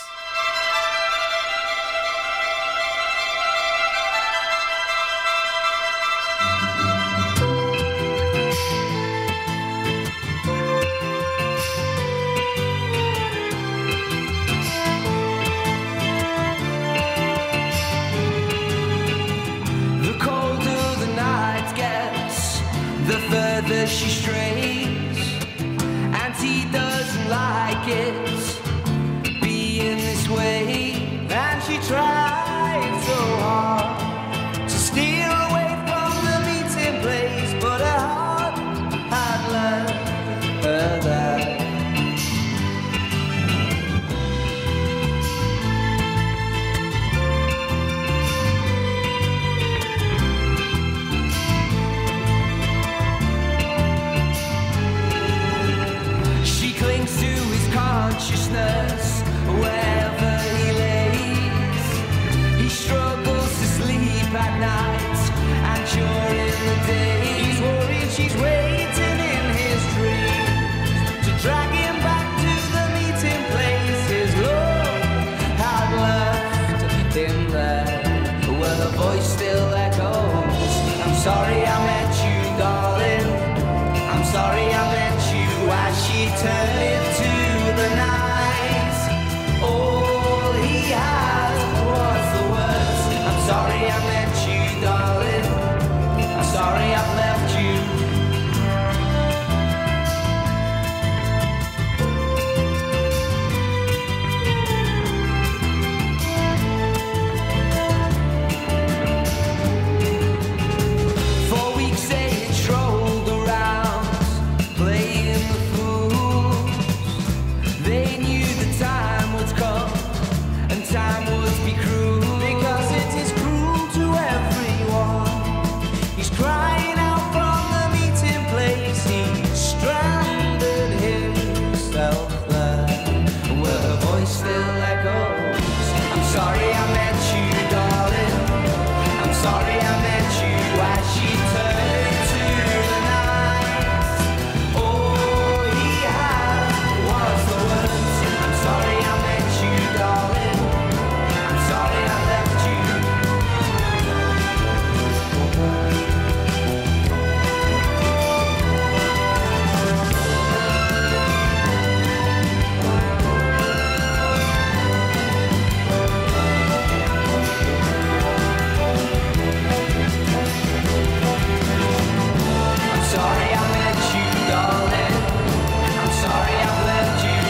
The colder the night gets, the further she strays. And he doesn't like it being this way. And she tried so hard to steal away from the meeting place, but her heart had learned her that consciousness wherever he lays. He struggles to sleep at night and during the day. He's worried she's waiting in his dreams to drag him back to the meeting place. His love had left him there where the voice still echoes. I'm sorry I met you, darling. I'm sorry I met you. As she turned into the night, all he had was the words. I'm sorry I met you, darling. I'm sorry I've left you. For weeks they trolled around, playing the fool. They knew the time would come, and time would be cruel, because it is cruel to everyone. He's crying out from the meeting place. He's stranded himself there, where her voice still echoes. I'm sorry I met you, darling. I'm sorry I met you. As she turned into the night, all he had was the words. I'm sorry I met you, darling. I'm sorry I left you. I'm sorry I met you, darling. I'm sorry I've left you.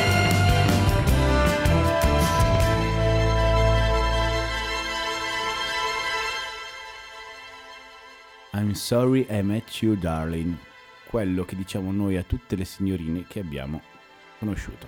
I'm sorry I met you, darling. Quello che diciamo noi a tutte le signorine che abbiamo conosciuto.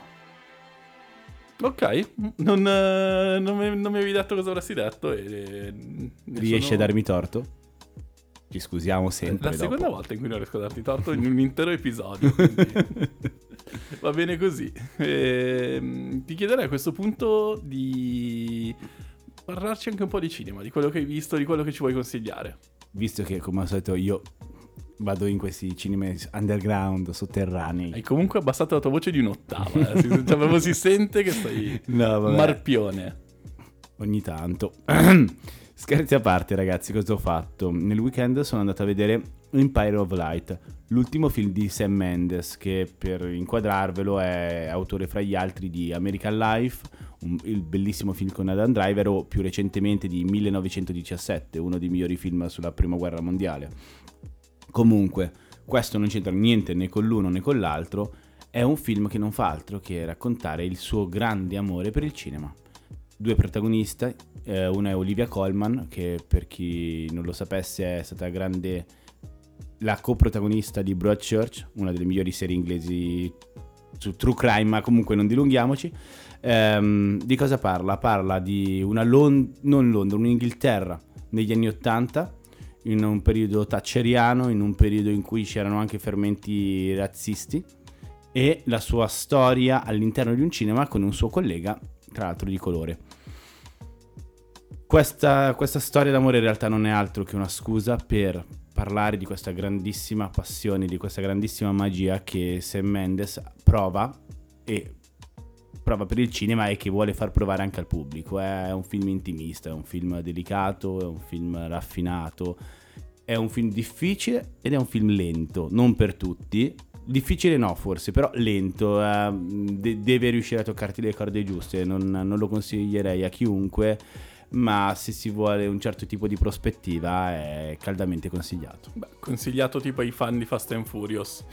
Ok, non, eh, non, mi, non mi avevi detto cosa avresti detto e... ne Riesci sono- a darmi torto? Ci scusiamo sempre. La seconda dopo. volta in cui non riesco a darti torto in un intero episodio, quindi va bene così. Ehm, ti chiederei a questo punto di parlarci anche un po' di cinema, di quello che hai visto, di quello che ci vuoi consigliare. Visto che come al solito io vado in questi cinema underground, sotterranei. Hai comunque abbassato la tua voce di un'ottava, eh? si, cioè, proprio si sente che sei No, vabbè. marpione. Ogni tanto. Scherzi a parte, ragazzi, cosa ho fatto? Nel weekend sono andato a vedere Empire of Light, l'ultimo film di Sam Mendes, che per inquadrarvelo è autore fra gli altri di American Life, un- il bellissimo film con Adam Driver, o più recentemente di millenovecentodiciassette, uno dei migliori film sulla prima guerra mondiale. Comunque, questo non c'entra niente né con l'uno né con l'altro, è un film che non fa altro che raccontare il suo grande amore per il cinema. Due protagonisti, eh, una è Olivia Colman, che per chi non lo sapesse è stata grande, la coprotagonista di Broadchurch, una delle migliori serie inglesi su true crime, ma comunque non dilunghiamoci. Ehm, di cosa parla? Parla di una Lond- non Londra, un'Inghilterra negli anni Ottanta, in un periodo thatcheriano, in un periodo in cui c'erano anche fermenti razzisti, e la sua storia all'interno di un cinema con un suo collega, tra l'altro di colore. Questa, questa storia d'amore in realtà non è altro che una scusa per parlare di questa grandissima passione, di questa grandissima magia che Sam Mendes prova e prova per il cinema e che vuole far provare anche al pubblico. È un film intimista, è un film delicato, è un film raffinato, è un film difficile ed è un film lento, non per tutti. Difficile no forse, però lento, eh, de- deve riuscire a toccarti le corde giuste, non, non lo consiglierei a chiunque, ma se si vuole un certo tipo di prospettiva è caldamente consigliato. Beh, consigliato tipo ai fan di Fast and Furious.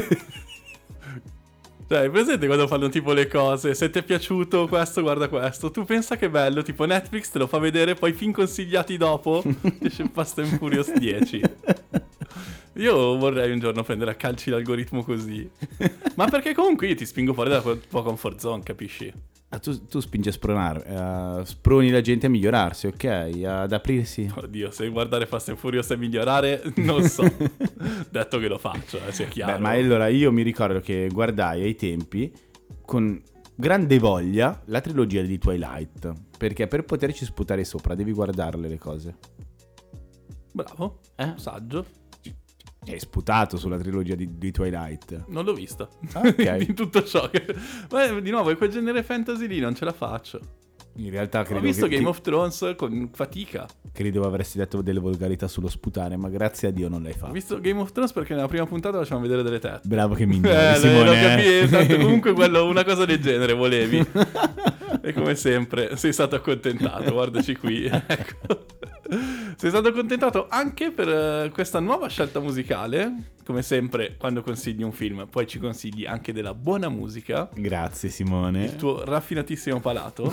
Cioè, hai presente quando fanno tipo le cose? Se ti è piaciuto questo, guarda questo. Tu pensa che bello, tipo Netflix te lo fa vedere, poi film consigliati dopo esce Fast and Furious dieci. Io vorrei un giorno prendere a calci l'algoritmo così. Ma perché comunque io ti spingo fuori dalla tua comfort zone, capisci? Ah, tu, tu spingi a spronare, uh, sproni la gente a migliorarsi, ok? Ad aprirsi. Oddio, se guardare Fast and Furious e migliorare, non so. Detto che lo faccio, eh, sia chiaro. Beh, ma allora io mi ricordo che guardai ai tempi con grande voglia la trilogia di Twilight, perché per poterci sputare sopra devi guardarle le cose. Bravo, Eh? saggio. Hai sputato sulla trilogia di, di Twilight. Non l'ho vista. Ah, ok. Di tutto ciò che... Ma di nuovo, quel genere fantasy lì non ce la faccio. In realtà credo Ho visto che, Game che- of Thrones con fatica. credo avresti detto delle volgarità sullo sputare, ma grazie a Dio non l'hai Ho fatto. visto Game of Thrones perché nella prima puntata facevano vedere delle tette. Bravo che mi ignori, Eh, Simone. lo capi, tanto comunque quello, una cosa del genere volevi. E come sempre sei stato accontentato, guardaci qui. Ecco. Sei stato accontentato anche per eh, questa nuova scelta musicale. Come sempre, quando consigli un film, poi ci consigli anche della buona musica. Grazie Simone. Il tuo raffinatissimo palato.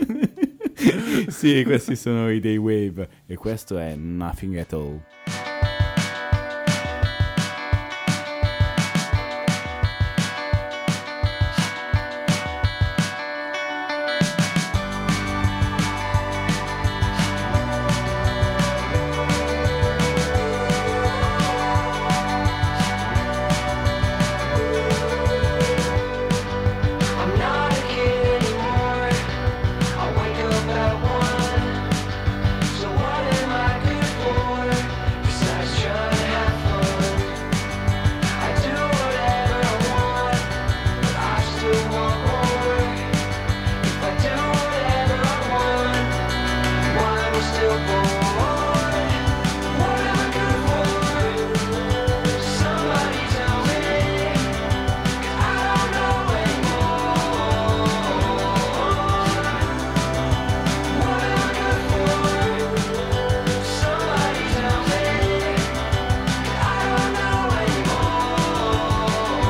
Sì, questi sono i Day Wave e questo è Nothing at All. I'm not a kid anymore. I wake up at one. So what am I good for? Besides trying to have fun. I do whatever I want, but I still want more. If I do whatever I want, why am I still born? What am I good for? Somebody tell me. I don't know anymore. What am I good for? Somebody tell me. I don't know anymore.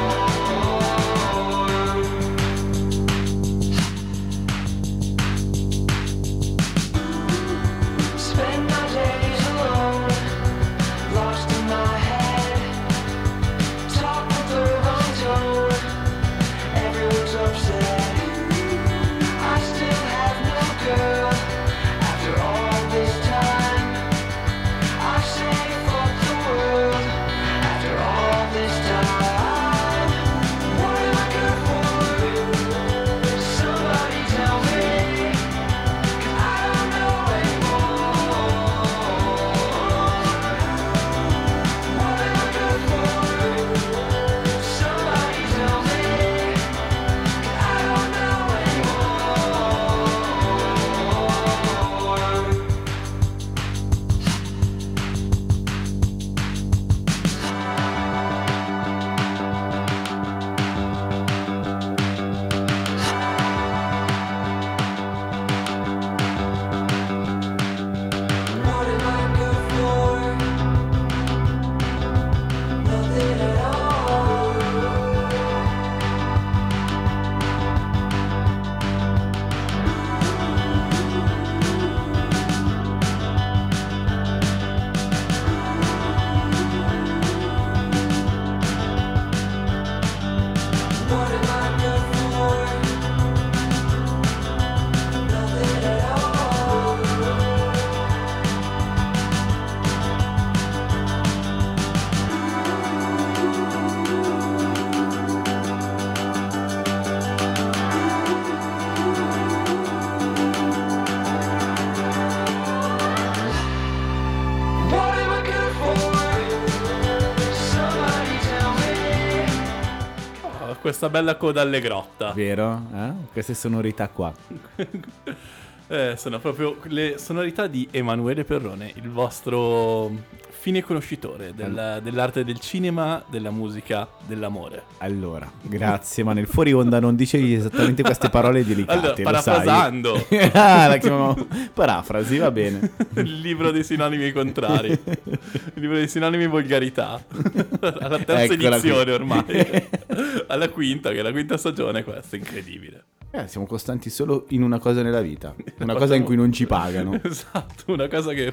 Spend my days alone, lost in my head. Talking through wrong tone, everyone's upset. I still have no girl after all this time. I say fuck the world after all this time. What am I good for? Somebody tell me. I don't know anymore. What am I good for? Somebody tell me. I don't know anymore. What am I good for? Nothing at all. What am I good for? Nothing at all. What am I good for? Somebody tell me. Oh, questa bella coda alle grotta. Vero? Eh? Queste sonorità qua. Eh, sono proprio le sonorità di Emanuele Perrone, il vostro fine conoscitore del- dell'arte del cinema, della musica, dell'amore. Allora, grazie, ma nel fuori onda non dicevi esattamente queste parole delicate, Allora, lo sai. parafrasando. Ah, la chiamiamo parafrasi, va bene. Il libro dei sinonimi contrari. Il libro dei sinonimi volgarità. Alla terza Eccola edizione qui. ormai. Alla quinta, che è la quinta stagione, questa è incredibile. Eh, siamo costanti solo in una cosa nella vita, una cosa in cui non ci pagano. Esatto, una cosa che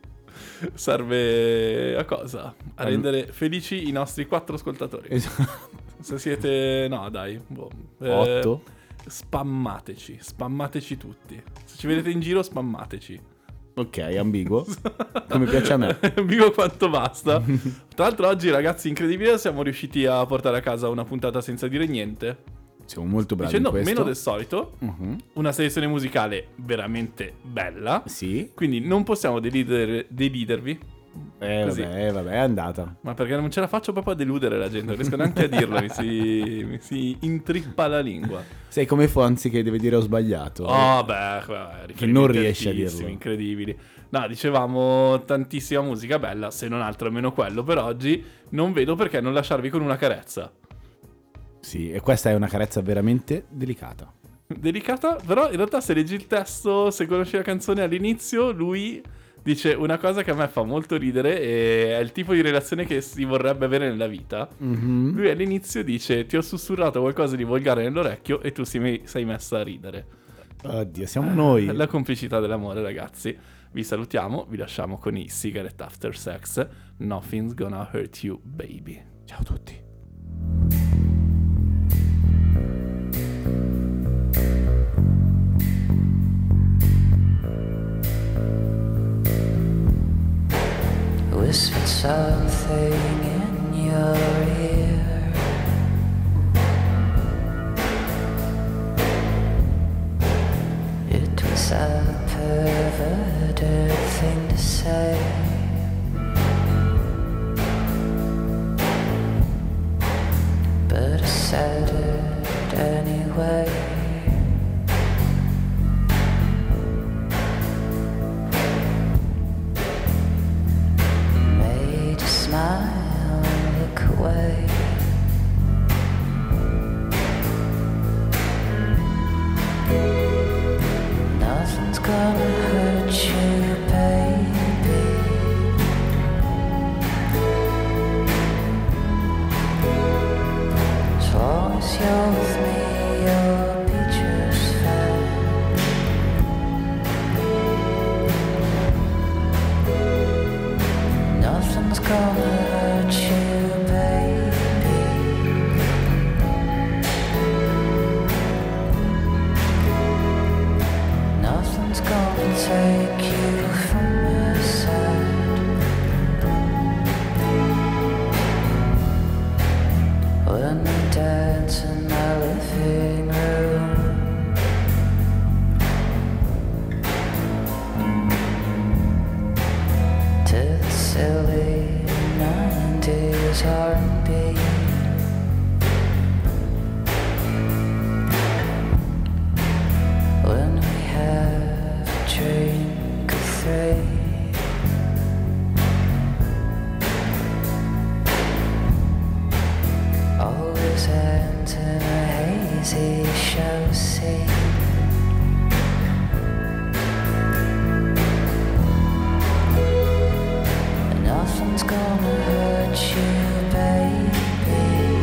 serve a cosa? A rendere felici i nostri quattro ascoltatori. Esatto. Se siete... no, dai. boh. Eh, Otto. Spammateci, spammateci tutti. Se ci vedete in giro, spammateci. Ok, ambiguo. Come piace a me. Vivo quanto basta. Tra l'altro oggi, ragazzi, incredibile, siamo riusciti a portare a casa una puntata senza dire niente. Siamo molto bravi Dicendo in questo. meno del solito, Mhm. una selezione musicale veramente bella. Sì. Quindi non possiamo delidere- delidervi. Eh Così. vabbè, vabbè, è andata. Ma perché non ce la faccio proprio a deludere la gente, non riesco neanche a dirlo, mi si, mi si intrippa la lingua. Sei come Fonzi che deve dire ho sbagliato. Oh, beh, beh, Che non riferimenti riesce a altissimi, dirlo. incredibili. No, dicevamo tantissima musica bella, se non altro almeno quello per oggi. Non vedo perché non lasciarvi con una carezza. Sì, e questa è una carezza veramente delicata. Delicata, però in realtà se leggi il testo, se conosci la canzone all'inizio, lui dice una cosa che a me fa molto ridere e è il tipo di relazione che si vorrebbe avere nella vita. Mhm. Lui all'inizio dice ti ho sussurrato qualcosa di volgare nell'orecchio e tu sei, sei messa a ridere. Oddio, siamo noi. La complicità dell'amore, ragazzi. Vi salutiamo, vi lasciamo con i Cigarette After Sex. Nothing's gonna hurt you, baby. Ciao a tutti. Whispered something in your ear. It was a perverted thing to say, but I said it anyway. Made you smile and look away. Nothing's gonna hurt you, baby. As long as you're with me, you'll be just fine. Nothing's gonna hurt you, baby. Nothing's gonna take you from my side. When we dance in my living room, to the silly nineties R and B. When we have a drink of three, always ends in a hazy show scene. Nothing's gonna hurt you, baby.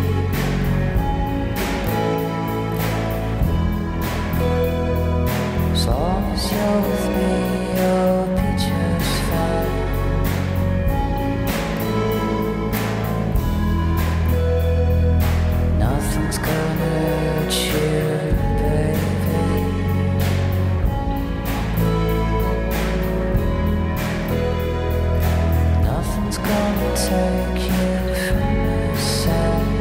As long as you're with me, you'll be just fine. Nothing's gonna hurt you, baby. Nothing's gonna take you from my side.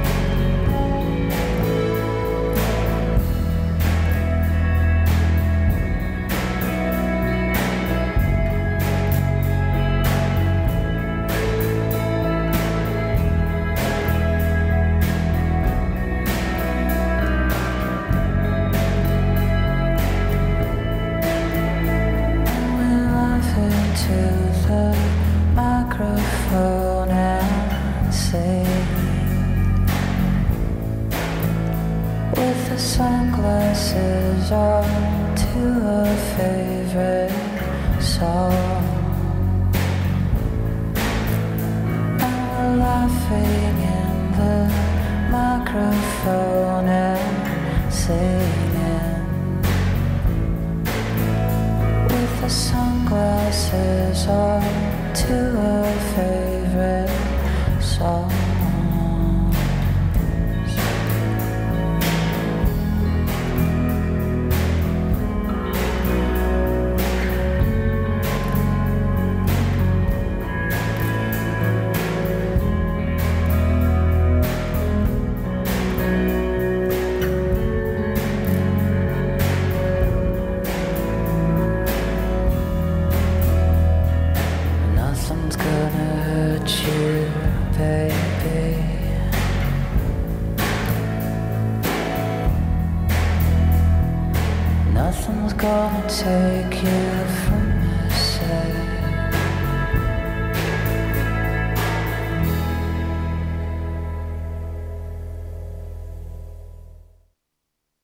And we laugh into the microphone and sing with the sunglasses on to a favorite song. And we're laughing in the microphone and singing with the sunglasses on to a favorite song. Nothing's gonna take you from me, say.